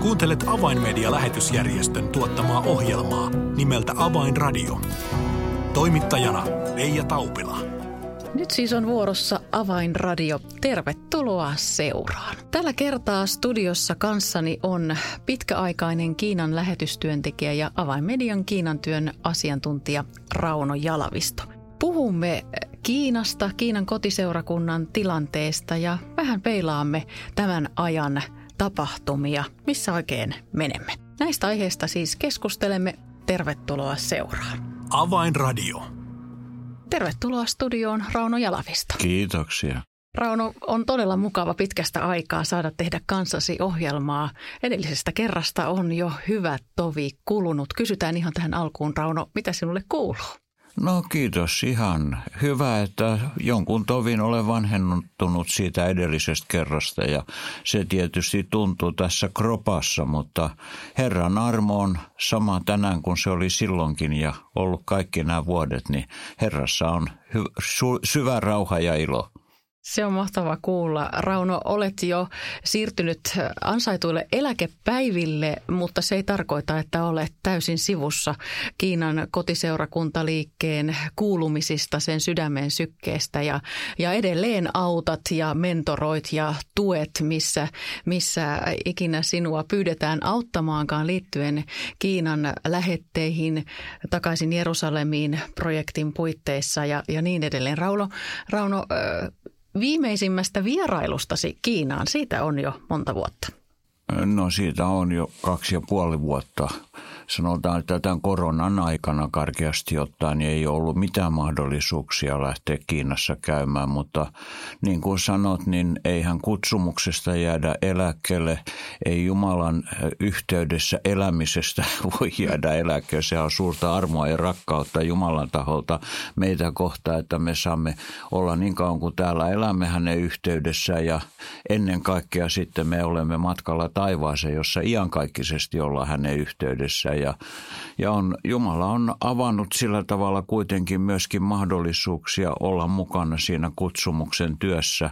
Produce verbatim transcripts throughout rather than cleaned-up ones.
Kuuntelet Avainmedia-lähetysjärjestön tuottamaa ohjelmaa nimeltä Avainradio. Toimittajana Leija Taupila. Nyt siis on vuorossa Avainradio. Tervetuloa seuraan. Tällä kertaa studiossa kanssani on pitkäaikainen Kiinan lähetystyöntekijä ja Avainmedian Kiinan työn asiantuntija Rauno Jalavisto. Puhumme Kiinasta, Kiinan kotiseurakunnan tilanteesta ja vähän peilaamme tämän ajan tapahtumia, missä oikein menemme. Näistä aiheista siis keskustelemme. Tervetuloa seuraan. Avainradio. Tervetuloa studioon Rauno Jalavisto. Kiitoksia. Rauno, on todella mukava pitkästä aikaa saada tehdä kanssasi ohjelmaa. Edellisestä kerrasta on jo hyvä tovi kulunut. Kysytään ihan tähän alkuun, Rauno, mitä sinulle kuuluu? No kiitos, ihan hyvä, että jonkun tovin olen vanhennuttunut siitä edellisestä kerrasta ja se tietysti tuntuu tässä kropassa, mutta Herran armo on sama tänään kuin se oli silloinkin ja ollut kaikki nämä vuodet, niin Herrassa on hy- su- syvä rauha ja ilo. Se on mahtava kuulla. Rauno, olet jo siirtynyt ansaituille eläkepäiville, mutta se ei tarkoita, että olet täysin sivussa Kiinan kotiseurakuntaliikkeen kuulumisista, sen sydämen sykkeestä ja, ja edelleen autat ja mentoroit ja tuet, missä, missä ikinä sinua pyydetään auttamaankaan liittyen Kiinan lähetteihin takaisin Jerusalemiin projektin puitteissa ja, ja niin edelleen. Rauno, Rauno viimeisimmästä vierailustasi Kiinaan, siitä on jo monta vuotta. No siitä on jo kaksi ja puoli vuotta. Sanotaan, että tämän koronan aikana karkeasti ottaen niin ei ollut mitään mahdollisuuksia lähteä Kiinassa käymään, mutta niin kuin sanot, niin eihän kutsumuksesta jäädä eläkkeelle, ei Jumalan yhteydessä elämisestä voi jäädä eläkkeelle. Se on suurta armoa ja rakkautta Jumalan taholta meitä kohtaan, että me saamme olla niin kauan kuin täällä elämme hänen yhteydessään ja ennen kaikkea sitten me olemme matkalla taivaaseen, jossa iankaikkisesti ollaan hänen yhteydessään. Ja, ja on, Jumala on avannut sillä tavalla kuitenkin myöskin mahdollisuuksia olla mukana siinä kutsumuksen työssä.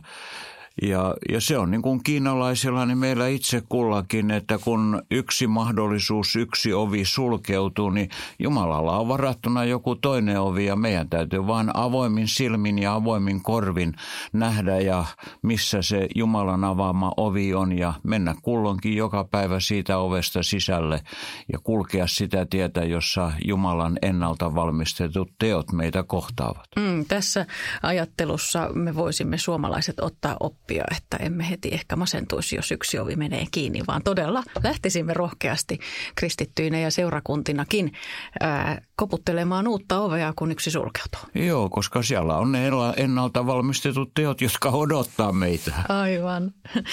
Ja, ja se on niin kuin kiinalaisilla, niin meillä itse kullakin, että kun yksi mahdollisuus, yksi ovi sulkeutuu, niin Jumalalla on varattuna joku toinen ovi ja meidän täytyy vaan avoimin silmin ja avoimin korvin nähdä ja missä se Jumalan avaama ovi on ja mennä kulloinkin joka päivä siitä ovesta sisälle ja kulkea sitä tietä, jossa Jumalan ennalta valmistetut teot meitä kohtaavat. Mm, tässä ajattelussa me voisimme suomalaiset ottaa oppia. Että emme heti ehkä masentuisi, jos yksi ovi menee kiinni, vaan todella lähtisimme rohkeasti kristittyinä ja seurakuntinakin ää, koputtelemaan uutta ovea, kun yksi sulkeutuu. Joo, koska siellä on ne ennalta valmistetut teot, jotka odottaa meitä. Aivan.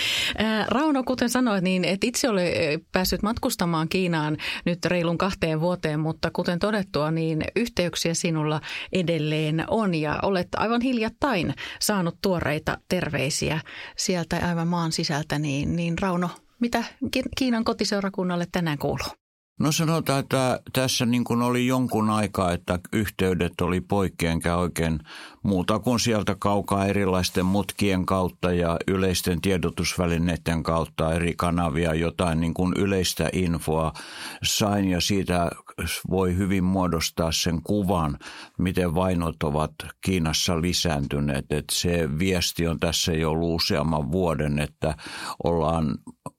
Ää, Rauno, kuten sanoit, niin et itse ole päässyt matkustamaan Kiinaan nyt reilun kahteen vuoteen, mutta kuten todettua, niin yhteyksiä sinulla edelleen on ja olet aivan hiljattain saanut tuoreita terveisiä sieltä aivan maan sisältä, niin, niin Rauno, mitä Kiinan kotiseurakunnalle tänään kuuluu? No sanotaan, että tässä niin kuin oli jonkun aikaa, että yhteydet oli poikki enkä oikein muuta kuin sieltä kaukaa erilaisten mutkien kautta ja yleisten tiedotusvälineiden kautta eri kanavia jotain niin kuin yleistä infoa sain ja siitä voi hyvin muodostaa sen kuvan, miten vainot ovat Kiinassa lisääntyneet. Että se viesti on tässä jo ollut useamman vuoden, että ollaan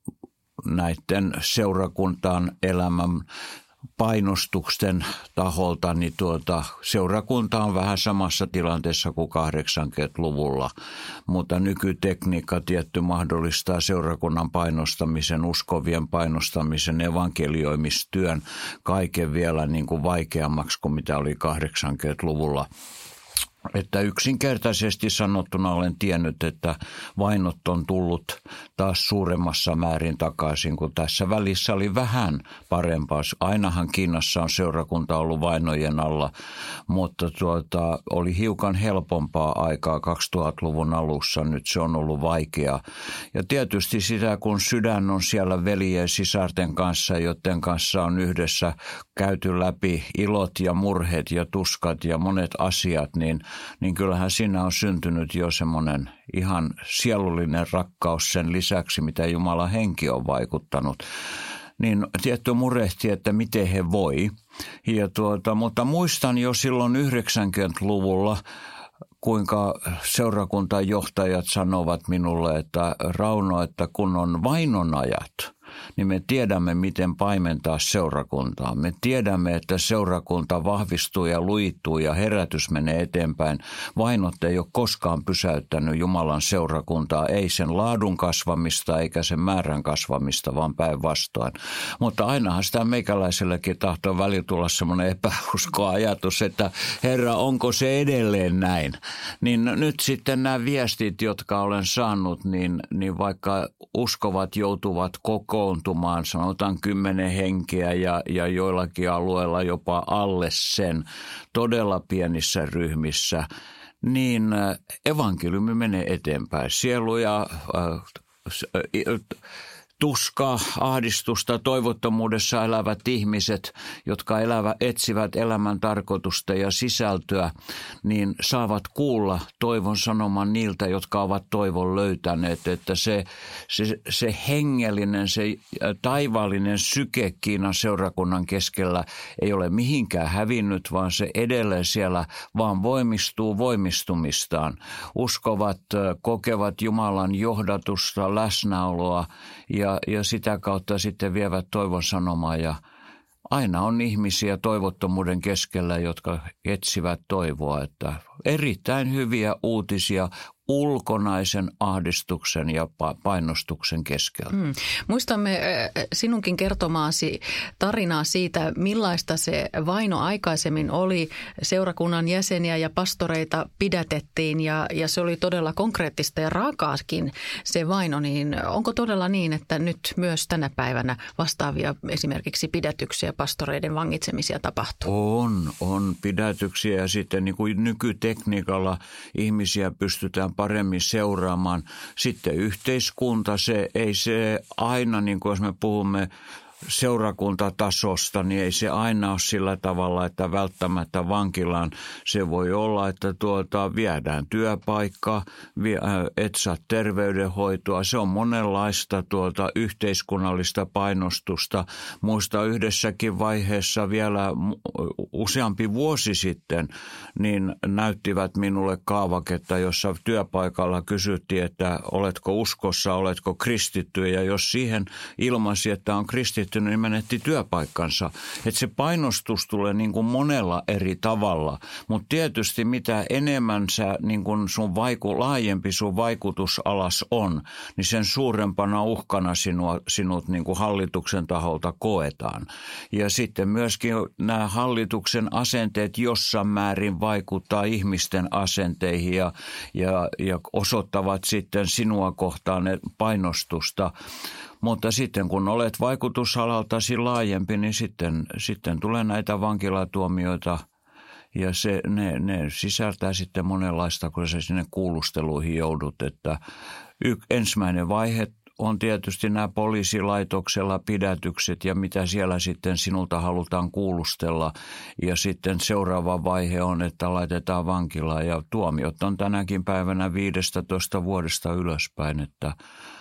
näiden seurakuntaan elämän painostusten taholta, niin tuota, seurakunta on vähän samassa tilanteessa kuin kahdeksankymmentäluvulla, mutta nykytekniikka tietty mahdollistaa seurakunnan painostamisen, uskovien painostamisen, evankelioimistyön, kaiken vielä niin kuin vaikeammaksi kuin mitä oli kahdeksankymmentäluvulla. Että yksinkertaisesti sanottuna olen tiennyt, että vainot on tullut taas suuremmassa määrin takaisin, kun tässä välissä oli vähän parempaa. Ainahan Kiinassa on seurakunta ollut vainojen alla, mutta tuota, oli hiukan helpompaa aikaa kaksituhattaluvun alussa. Nyt se on ollut vaikeaa. Ja tietysti sitä, kun sydän on siellä veljen ja sisarten kanssa, joiden kanssa on yhdessä käyty läpi ilot ja murheet ja tuskat ja monet asiat, niin niin kyllähän siinä on syntynyt jo semmoinen ihan sielullinen rakkaus sen lisäksi, mitä Jumalan henki on vaikuttanut. niin tietty murehti, että miten he voi. Ja tuota, mutta muistan jo silloin yhdeksänkymmentäluvulla, kuinka seurakuntajohtajat sanovat minulle, että Rauno, että kun on vainonajat, niin me tiedämme, miten paimentaa seurakuntaa. Me tiedämme, että seurakunta vahvistuu ja lujittuu ja herätys menee eteenpäin. Vainot ei ole koskaan pysäyttänyt Jumalan seurakuntaa, ei sen laadun kasvamista eikä sen määrän kasvamista, vaan päinvastoin. Mutta ainahan sitä meikäläisellekin tahtoo välillä tulla semmoinen epäuskoajatus, että Herra, onko se edelleen näin? Niin nyt sitten nämä viestit, jotka olen saanut, niin, niin vaikka uskovat joutuvat kokoon, koontumaan, sanotaan kymmenen henkeä ja, ja joillakin alueilla jopa alle sen todella pienissä ryhmissä, niin evankeliumi menee eteenpäin. Sielu ja äh, tuskaa, ahdistusta, toivottomuudessa elävät ihmiset, jotka elävät, etsivät elämän tarkoitusta ja sisältöä, niin saavat kuulla toivon sanoman niiltä, jotka ovat toivon löytäneet. Että se, se, se hengellinen, se taivaallinen syke Kiinan seurakunnan keskellä ei ole mihinkään hävinnyt, vaan se edelleen siellä vaan voimistuu voimistumistaan. Uskovat, kokevat Jumalan johdatusta, läsnäoloa ja Ja, sitä kautta sitten vievät toivon sanomaa ja aina on ihmisiä toivottomuuden keskellä, jotka etsivät toivoa, että erittäin hyviä uutisia ulkonaisen ahdistuksen ja painostuksen keskellä. Mm. Muistamme sinunkin kertomaasi tarinaa siitä, millaista se vaino aikaisemmin oli. Seurakunnan jäseniä ja pastoreita pidätettiin ja, ja se oli todella konkreettista ja raakaakin se vaino. Niin onko todella niin, että nyt myös tänä päivänä vastaavia esimerkiksi pidätyksiä, pastoreiden vangitsemisia tapahtuu? On, on pidätyksiä ja sitten niin kuin nykytekniikalla ihmisiä pystytään paremmin seuraamaan. Sitten yhteiskunta, se ei se aina, niin kuin jos me puhumme seurakuntatasosta, niin ei se aina ole sillä tavalla, että välttämättä vankilaan. Se voi olla, että tuota, viedään työpaikkaa, vie, et saa terveydenhoitoa. Se on monenlaista tuota, yhteiskunnallista painostusta. Muista yhdessäkin vaiheessa vielä useampi vuosi sitten, niin näyttivät minulle kaavaketta, jossa työpaikalla kysyttiin, että oletko uskossa, oletko kristitty, ja jos siihen ilmaisi, että on kristitty, niin menetti työpaikkansa. Että se painostus tulee niin kuin monella eri tavalla, mutta tietysti mitä enemmän sä, niin kuin sun vaiku, laajempi sun vaikutusalas on, niin sen suurempana uhkana sinua, sinut niin kuin hallituksen taholta koetaan. Ja sitten myöskin nämä hallituksen asenteet jossain määrin vaikuttaa ihmisten asenteihin ja, ja, ja osoittavat sitten sinua kohtaan painostusta. Mutta sitten kun olet vaikutusalaltasi laajempi, niin sitten, sitten tulee näitä vankilatuomioita ja se, ne, ne sisältää sitten monenlaista, kun sä sinne kuulusteluihin joudut. Että y, ensimmäinen vaihe on tietysti nämä poliisilaitoksella pidätykset ja mitä siellä sitten sinulta halutaan kuulustella. Ja sitten seuraava vaihe on, että laitetaan vankilaan ja tuomiot on tänäkin päivänä viidestätoista vuodesta ylöspäin, että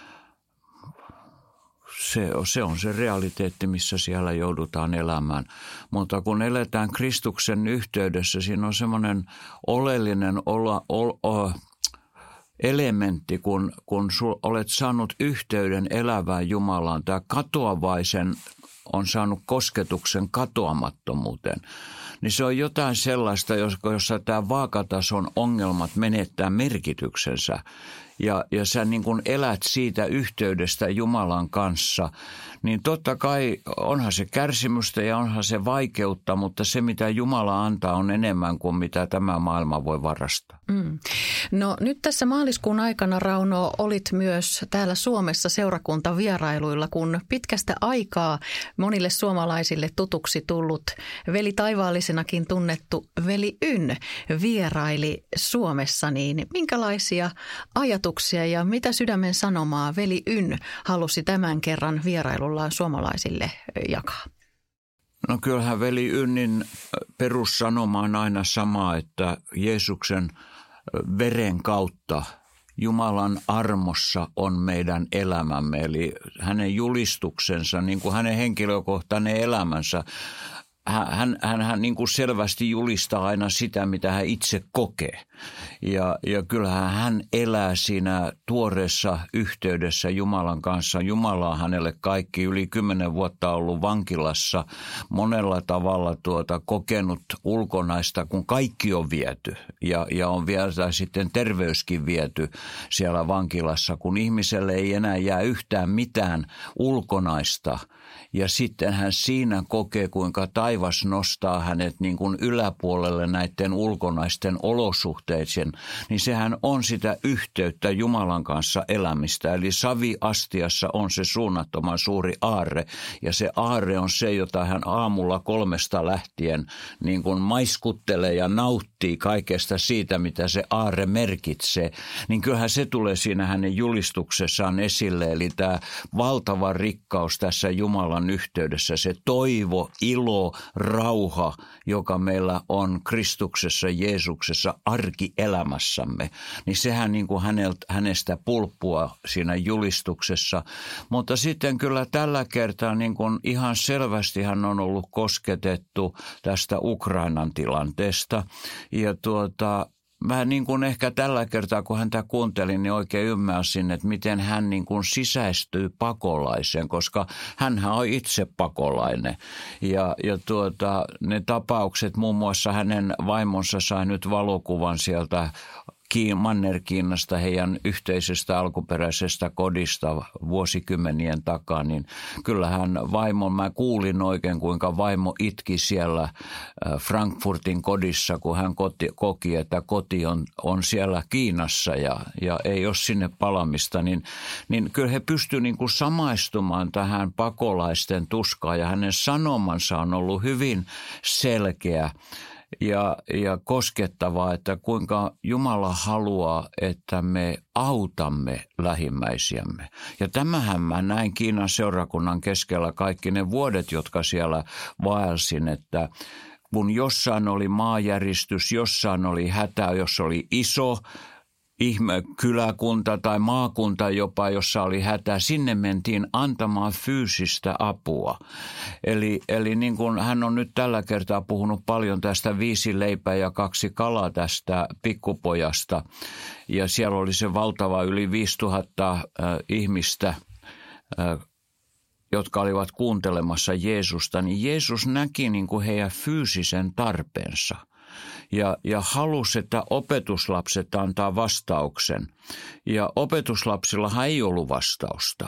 Se, se on se realiteetti, missä siellä joudutaan elämään. Mutta kun eletään Kristuksen yhteydessä, siinä on semmoinen oleellinen olla, ol, o, elementti, kun, kun sul, olet saanut yhteyden elävään Jumalaan. Tämä katoavaisen on saanut kosketuksen katoamattomuuteen. Niin se on jotain sellaista, jossa tämä vaakatason ongelmat menettää merkityksensä. Ja, ja sä niin kuin elät siitä yhteydestä Jumalan kanssa, niin totta kai onhan se kärsimystä ja onhan se vaikeutta, mutta se mitä Jumala antaa on enemmän kuin mitä tämä maailma voi varastaa. Mm. No nyt tässä maaliskuun aikana, Rauno, olit myös täällä Suomessa seurakuntavierailuilla, kun pitkästä aikaa monille suomalaisille tutuksi tullut veli taivaallisenakin tunnettu veli Yn vieraili Suomessa, niin minkälaisia ajatuksia ja mitä sydämen sanomaa veli Yn halusi tämän kerran vierailullaan suomalaisille jakaa? No kyllähän veli Ynnin perussanoma on aina sama, että Jeesuksen veren kautta Jumalan armossa on meidän elämämme, eli hänen julistuksensa, niin kuin hänen henkilökohtainen elämänsä. Hän, hän, hän niin kuin selvästi julistaa aina sitä, mitä hän itse kokee. Ja, ja kyllähän hän elää siinä tuoreessa yhteydessä Jumalan kanssa. Jumala on hänelle kaikki yli kymmenen vuotta ollut vankilassa, monella tavalla tuota, kokenut ulkonaista, kun kaikki on viety. Ja, ja on vielä sitten terveyskin viety siellä vankilassa, kun ihmiselle ei enää jää yhtään mitään ulkonaista. Ja sitten hän siinä kokee, kuinka taivas nostaa hänet niin kuin yläpuolelle näiden ulkonaisten olosuhteiden, niin sehän on sitä yhteyttä Jumalan kanssa elämistä. Eli saviastiassa on se suunnattoman suuri aarre, ja se aarre on se, jota hän aamulla kolmesta lähtien niin kuin maiskuttelee ja nauttii kaikesta siitä, mitä se aarre merkitsee. Niin kyllähän se tulee siinä hänen julistuksessaan esille, eli tämä valtava rikkaus tässä Jumalan yhteydessä, se toivo, ilo, rauha, joka meillä on Kristuksessa, Jeesuksessa, arkielämässämme, niin sehän niin kuin hänestä pulppua siinä julistuksessa. Mutta sitten kyllä tällä kertaa niin kuin ihan selvästi hän on ollut kosketettu tästä Ukrainan tilanteesta. Ja tuota... Mä niin kuin ehkä tällä kertaa, kun häntä kuuntelin, niin oikein ymmärsin, että miten hän niin kuin sisäistyy pakolaiseen, koska hänhän on itse pakolainen. Ja, ja tuota, ne tapaukset, muun muassa hänen vaimonsa sai nyt valokuvan sieltä Manner-Kiinasta, heidän yhteisestä alkuperäisestä kodista vuosikymmenien takaa, niin kyllähän vaimon, mä kuulin oikein kuinka vaimo itki siellä Frankfurtin kodissa, kun hän koti, koki, että koti on, on siellä Kiinassa ja, ja ei ole sinne palamista, niin, niin kyllä he pystyvät niin kuin samaistumaan tähän pakolaisten tuskaan ja hänen sanomansa on ollut hyvin selkeä. Ja, ja koskettavaa, että kuinka Jumala haluaa, että me autamme lähimmäisiämme. Ja tämähän mä näin Kiinan seurakunnan keskellä kaikki ne vuodet, jotka siellä vaelsin, että kun jossain oli maanjäristys, jossain oli hätä, jos oli iso ihme kyläkunta tai maakunta jopa, jossa oli hätä, sinne mentiin antamaan fyysistä apua. Eli, eli niin kuin hän on nyt tällä kertaa puhunut paljon tästä viisi leipää ja kaksi kalaa tästä pikkupojasta. Ja siellä oli se valtava yli viisituhatta äh, ihmistä, äh, jotka olivat kuuntelemassa Jeesusta. Niin Jeesus näki niin kuin heidän fyysisen tarpeensa. Ja, ja halusi, että opetuslapset antaa vastauksen. Ja opetuslapsillahan ei ollut vastausta,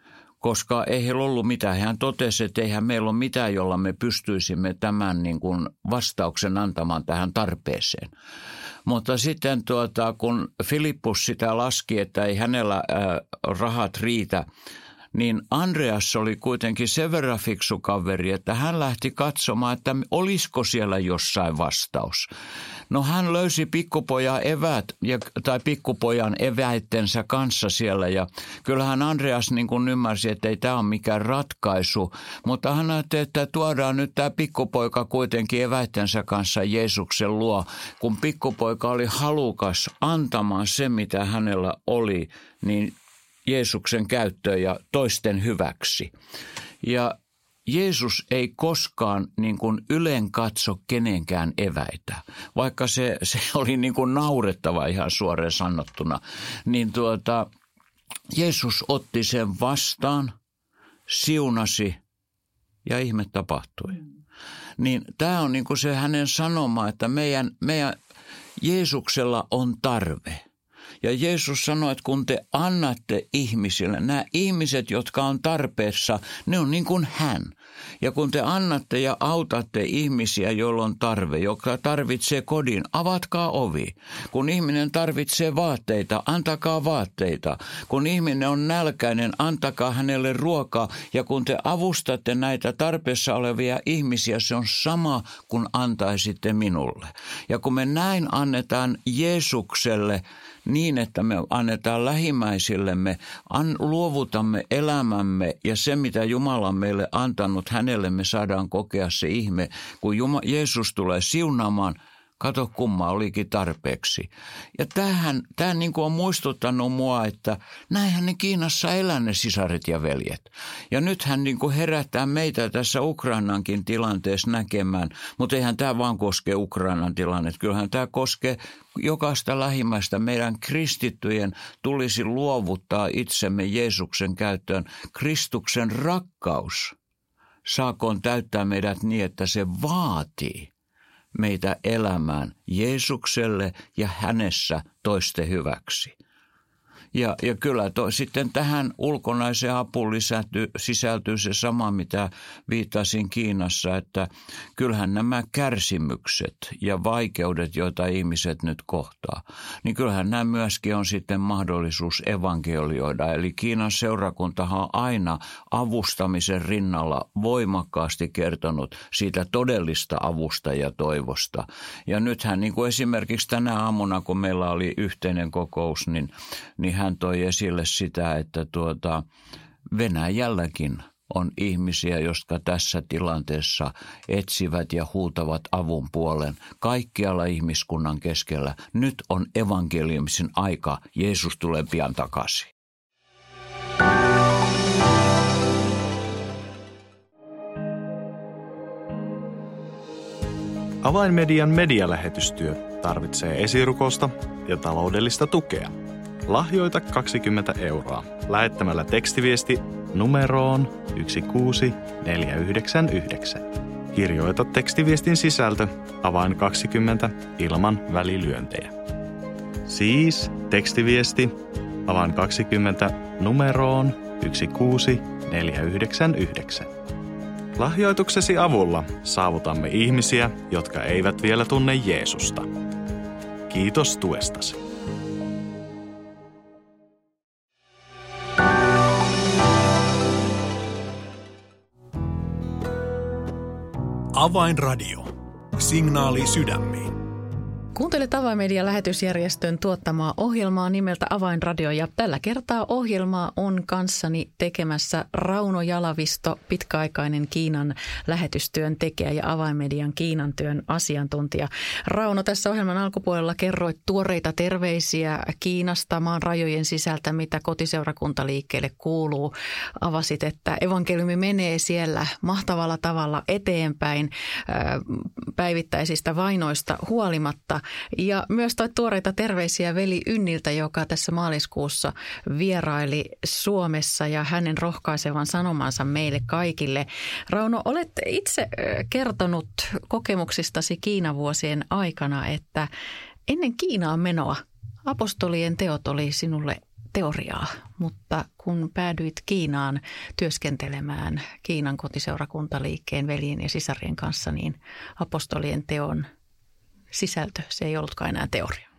koska ei heillä ollut mitään. Hän totesi, että eihän meillä ole mitään, jolla me pystyisimme tämän niin kuin vastauksen antamaan tähän tarpeeseen. Mutta sitten tuota, kun Filippus sitä laski, että ei hänellä ää, rahat riitä, niin Andreas oli kuitenkin sen verran fiksu kaveri, että hän lähti katsomaan, että olisiko siellä jossain vastaus. No hän löysi pikkupojan eväät, tai pikkupojan eväittensä kanssa siellä, ja kyllähän Andreas niin kuin ymmärsi, että ei tämä ole mikään ratkaisu, mutta hän ajatteli, että tuodaan nyt tämä pikkupoika kuitenkin eväittensä kanssa Jeesuksen luo, kun pikkupoika oli halukas antamaan se, mitä hänellä oli, niin Jeesuksen käyttöön ja toisten hyväksi. Ja Jeesus ei koskaan niin kuin ylen katso kenenkään eväitä, vaikka se, se oli niin kuin naurettava ihan suoraan sanottuna. Niin tuota, Jeesus otti sen vastaan, siunasi ja ihme tapahtui. Niin tämä on niin kuin se hänen sanoma, että meidän, meidän Jeesuksella on tarve. Ja Jeesus sanoi, että kun te annatte ihmisille, nämä ihmiset, jotka on tarpeessa, ne on niin kuin hän. Ja kun te annatte ja autatte ihmisiä, joilla on tarve, joka tarvitsee kodin, avatkaa ovi. Kun ihminen tarvitsee vaatteita, antakaa vaatteita. Kun ihminen on nälkäinen, antakaa hänelle ruokaa. Ja kun te avustatte näitä tarpeessa olevia ihmisiä, se on sama kuin antaisitte minulle. Ja kun me näin annetaan Jeesukselle, niin, että me annetaan lähimmäisillemme, an, luovutamme elämämme ja se, mitä Jumala on meille antanut, hänelle me saadaan kokea se ihme. Kun Juma, Jeesus tulee siunaamaan, Kato kumma, olikin tarpeeksi. Ja tämähän, tämä niin kuin on muistuttanut mua, että näinhän ne Kiinassa elää ne sisaret ja veljet. Ja nythän niin kuin herättää meitä tässä Ukrainankin tilanteessa näkemään, mutta eihän tämä vaan koske Ukrainan tilannetta. Kyllähän tämä koskee jokaista lähimmäistä. Meidän kristittyjen tulisi luovuttaa itsemme Jeesuksen käyttöön. Kristuksen rakkaus saakoon täyttää meidät niin, että se vaatii meitä elämään Jeesukselle ja hänessä toisten hyväksi. Ja, ja kyllä to, sitten tähän ulkonaiseen apuun lisäty, sisältyy se sama, mitä viittasin Kiinassa, että kyllähän nämä kärsimykset ja vaikeudet, joita ihmiset nyt kohtaa, niin kyllähän nämä myöskin on sitten mahdollisuus evankelioida. Eli Kiinan seurakuntahan on aina avustamisen rinnalla voimakkaasti kertonut siitä todellista avusta ja toivosta. Ja nythän niin kuin esimerkiksi tänä aamuna, kun meillä oli yhteinen kokous, niin, niin hän toi esille sitä, että tuota, Venäjälläkin on ihmisiä, jotka tässä tilanteessa etsivät ja huutavat avun puolen kaikkialla ihmiskunnan keskellä. Nyt on evankeliumisen aika. Jeesus tulee pian takaisin. Avainmedian medialähetystyö tarvitsee esirukosta ja taloudellista tukea. Lahjoita kaksikymmentä euroa lähettämällä tekstiviesti numeroon yksi kuusi neljä yhdeksän yhdeksän. Kirjoita tekstiviestin sisältö avain kaksikymmentä ilman välilyöntejä. Siis tekstiviesti avain kaksikymmentä numeroon yksi kuusi neljä yhdeksän yhdeksän. Lahjoituksesi avulla saavutamme ihmisiä, jotka eivät vielä tunne Jeesusta. Kiitos tuestasi. Avainradio. Signaali sydämiin. Kuuntelet Avainmedian lähetysjärjestön tuottamaa ohjelmaa nimeltä Avainradio ja tällä kertaa ohjelmaa on kanssani tekemässä Rauno Jalavisto, pitkäaikainen Kiinan lähetystyön tekijä ja Avainmedian Kiinan työn asiantuntija. Rauno, tässä ohjelman alkupuolella kerroit tuoreita terveisiä Kiinasta maan rajojen sisältä, mitä kotiseurakuntaliikkeelle kuuluu. Avasit, että evankeliumi menee siellä mahtavalla tavalla eteenpäin päivittäisistä vainoista huolimatta. Ja myös toi tuoreita terveisiä veli Ynniltä, joka tässä maaliskuussa vieraili Suomessa ja hänen rohkaisevan sanomansa meille kaikille. Rauno, olet itse kertonut kokemuksistasi Kiinavuosien aikana, että ennen Kiinaan menoa apostolien teot oli sinulle teoriaa, mutta kun päädyit Kiinaan työskentelemään Kiinan kotiseurakuntaliikkeen veljen ja sisarien kanssa, niin apostolien teon sisältö, se ei ollutkaan enää teoria.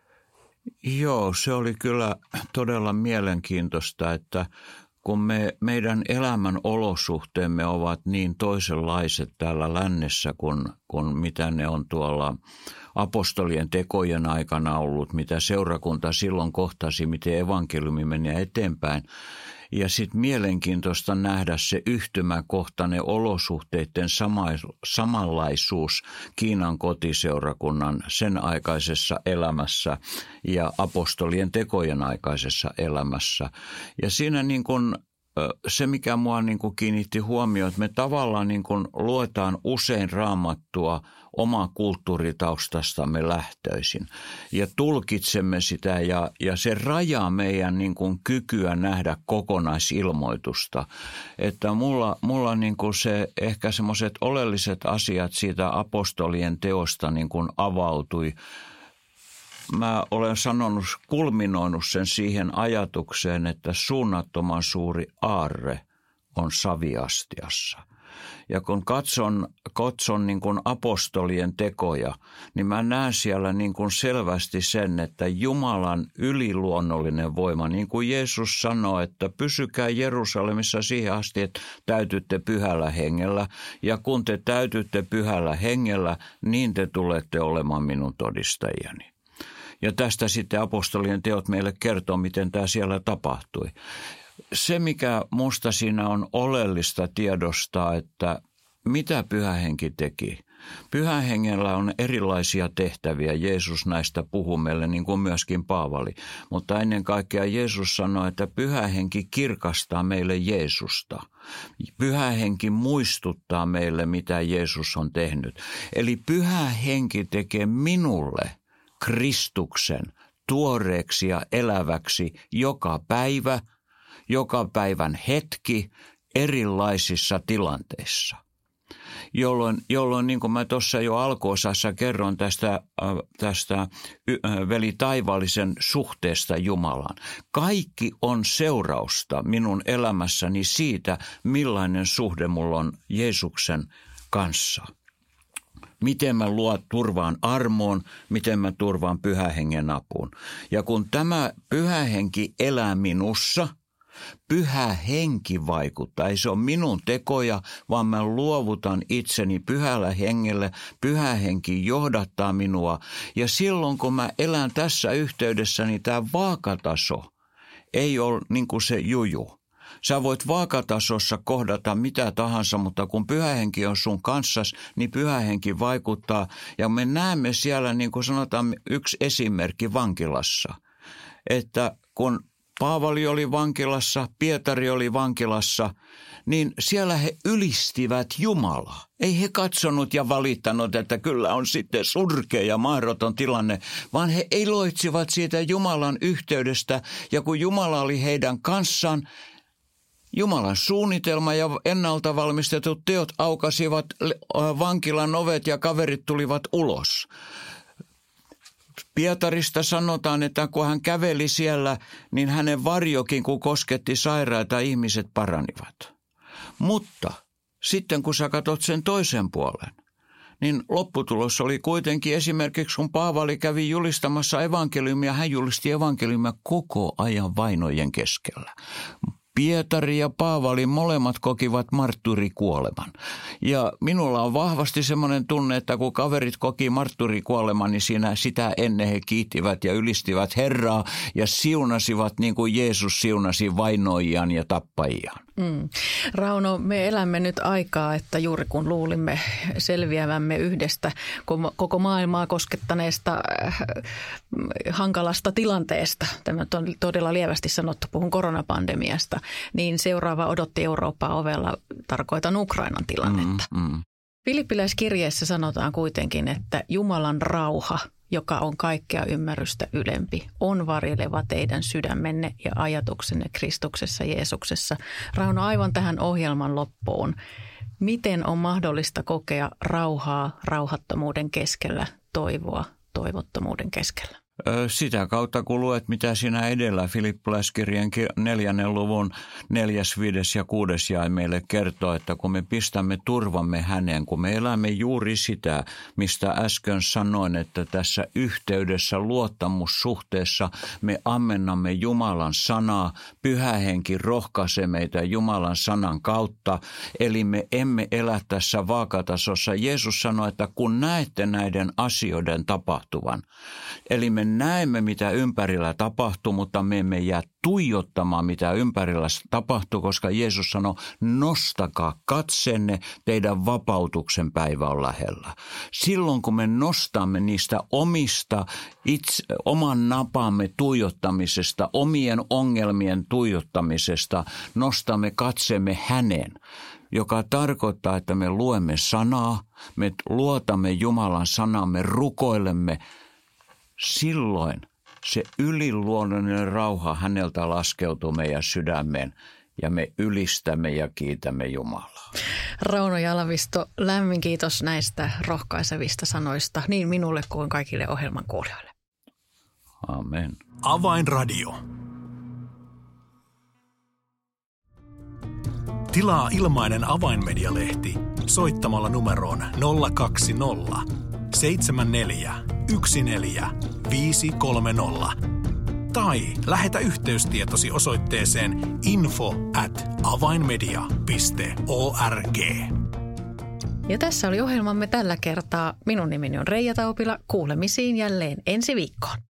Joo, se oli kyllä todella mielenkiintoista, että kun me, meidän elämän olosuhteemme ovat niin toisenlaiset täällä lännessä kuin, kuin mitä ne on tuolla apostolien tekojen aikana ollut, mitä seurakunta silloin kohtasi, miten evankeliumi meni eteenpäin. Ja sitten mielenkiintoista nähdä se yhtymäkohta, ne olosuhteiden sama, samanlaisuus Kiinan kotiseurakunnan sen aikaisessa elämässä ja apostolien tekojen aikaisessa elämässä. Ja siinä niin kun se, mikä mua niin kuin kiinnitti huomioon, että me tavallaan niin kuin luetaan usein Raamattua omaa kulttuuritaustastamme lähtöisin ja tulkitsemme sitä ja, ja se rajaa meidän niin kuin kykyä nähdä kokonaisilmoitusta. Että mulla, mulla niin kuin se ehkä semmoiset oleelliset asiat siitä apostolien teosta niin kuin avautui. Mä olen sanonut, kulminoinut sen siihen ajatukseen, että suunnattoman suuri aarre on saviastiassa. Ja kun katson, katson niin kuin apostolien tekoja, niin mä näen siellä niin kuin selvästi sen, että Jumalan yliluonnollinen voima, niin kuin Jeesus sanoi, että pysykää Jerusalemissa siihen asti, että täytytte pyhällä hengellä. Ja kun te täytytte pyhällä hengellä, niin te tulette olemaan minun todistajani. Ja tästä sitten apostolien teot meille kertoo, miten tämä siellä tapahtui. Se, mikä musta siinä on oleellista tiedostaa, että mitä Pyhä Henki teki, Pyhän hengellä on erilaisia tehtäviä. Jeesus näistä puhuu meille, niin kuin myöskin Paavali. Mutta ennen kaikkea Jeesus sanoi, että pyhä henki kirkastaa meille Jeesusta. Pyhä henki muistuttaa meille, mitä Jeesus on tehnyt. Eli pyhä henki tekee minulle Kristuksen tuoreeksi ja eläväksi joka päivä, joka päivän hetki erilaisissa tilanteissa. Jolloin, jolloin niin kuin mä tuossa jo alkuosassa kerron tästä, tästä veli taivaallisen suhteesta Jumalaan. Kaikki on seurausta minun elämässäni siitä, millainen suhde mulla on Jeesuksen kanssa. Miten mä luo turvaan armoon, miten mä turvaan pyhän hengen apuun. Ja kun tämä pyhä henki elää minussa, pyhä henki vaikuttaa. Ei se ole minun tekoja, vaan mä luovutan itseni pyhällä hengelle. Pyhä henki johdattaa minua. Ja silloin kun mä elän tässä yhteydessä, niin tämä vaakataso ei ole niin kuin se juju. Sä voit vaakatasossa kohdata mitä tahansa, mutta kun pyhä henki on sun kanssas, niin pyhä henki vaikuttaa. Ja me näemme siellä, niin kuin sanotaan, yksi esimerkki vankilassa, että kun Paavali oli vankilassa, Pietari oli vankilassa, niin siellä he ylistivät Jumalaa. Ei he katsonut ja valittanut, että kyllä on sitten surkea ja mahdoton tilanne, vaan he iloitsivat siitä Jumalan yhteydestä. Ja kun Jumala oli heidän kanssaan, Jumalan suunnitelma ja ennalta valmistetut teot aukasivat vankilan ovet ja kaverit tulivat ulos. Pietarista sanotaan, että kun hän käveli siellä, niin hänen varjokin, kun kosketti sairaita, ihmiset paranivat. Mutta sitten kun sä katsot sen toisen puolen, niin lopputulos oli kuitenkin esimerkiksi, kun Paavali kävi julistamassa evankeliumia, hän julisti evankeliumia koko ajan vainojen keskellä. Pietari ja Paavali molemmat kokivat marttyyrikuoleman. Ja minulla on vahvasti semmoinen tunne, että kun kaverit koki marttyyrikuoleman, niin siinä sitä ennen he kiittivät ja ylistivät Herraa ja siunasivat niin kuin Jeesus siunasi vainoijan ja tappajiaan. Mm. Rauno, me elämme nyt aikaa, että juuri kun luulimme selviävämme yhdestä koko maailmaa koskettaneesta äh, hankalasta tilanteesta, tämä on todella lievästi sanottu, puhun koronapandemiasta, niin seuraava odotti Eurooppaa ovella, tarkoitan Ukrainan tilannetta. Mm, mm. Filippiläiskirjeessä sanotaan kuitenkin, että Jumalan rauha, joka on kaikkea ymmärrystä ylempi, on varjeleva teidän sydämenne ja ajatuksenne Kristuksessa Jeesuksessa. Rauno, aivan tähän ohjelman loppuun. Miten on mahdollista kokea rauhaa rauhattomuuden keskellä, toivoa toivottomuuden keskellä? Sitä kautta kun luet, mitä siinä edellä Filippiläiskirjeen neljännen luvun neljäs, viides ja kuudes jae meille kertoo, että kun me pistämme turvamme häneen, kun me elämme juuri sitä, mistä äsken sanoin, että tässä yhteydessä, luottamussuhteessa me ammennamme Jumalan sanaa, Pyhä Henki rohkaisee meitä Jumalan sanan kautta, eli me emme elä tässä vaakatasossa. Jeesus sanoi, että kun näette näiden asioiden tapahtuvan, eli me näemme, mitä ympärillä tapahtuu, mutta me emme jää tuijottamaan, mitä ympärillä tapahtuu, koska Jeesus sanoi, nostakaa katsenne, teidän vapautuksen päivä on lähellä. Silloin, kun me nostamme niistä omista, itse, oman napamme tuijottamisesta, omien ongelmien tuijottamisesta, nostamme katsemme hänen, joka tarkoittaa, että me luemme sanaa, me luotamme Jumalan sanaa, me rukoilemme. Silloin se yliluonnollinen rauha häneltä laskeutuu meidän sydämeen ja me ylistämme ja kiitämme Jumalaa. Rauno Jalvisto, lämmin kiitos näistä rohkaisevista sanoista niin minulle kuin kaikille ohjelman kuulijoille. Amen. Avainradio. Tilaa ilmainen Avainmedia-lehti soittamalla numeroon nolla kaksi nolla seitsemän neljä yksi neljä viisi kolme nolla tai lähetä yhteystietosi osoitteeseen info at avainmedia piste org. Ja tässä oli ohjelmamme tällä kertaa. Minun nimeni on Reija Taupila. Kuulemisiin jälleen ensi viikkoon.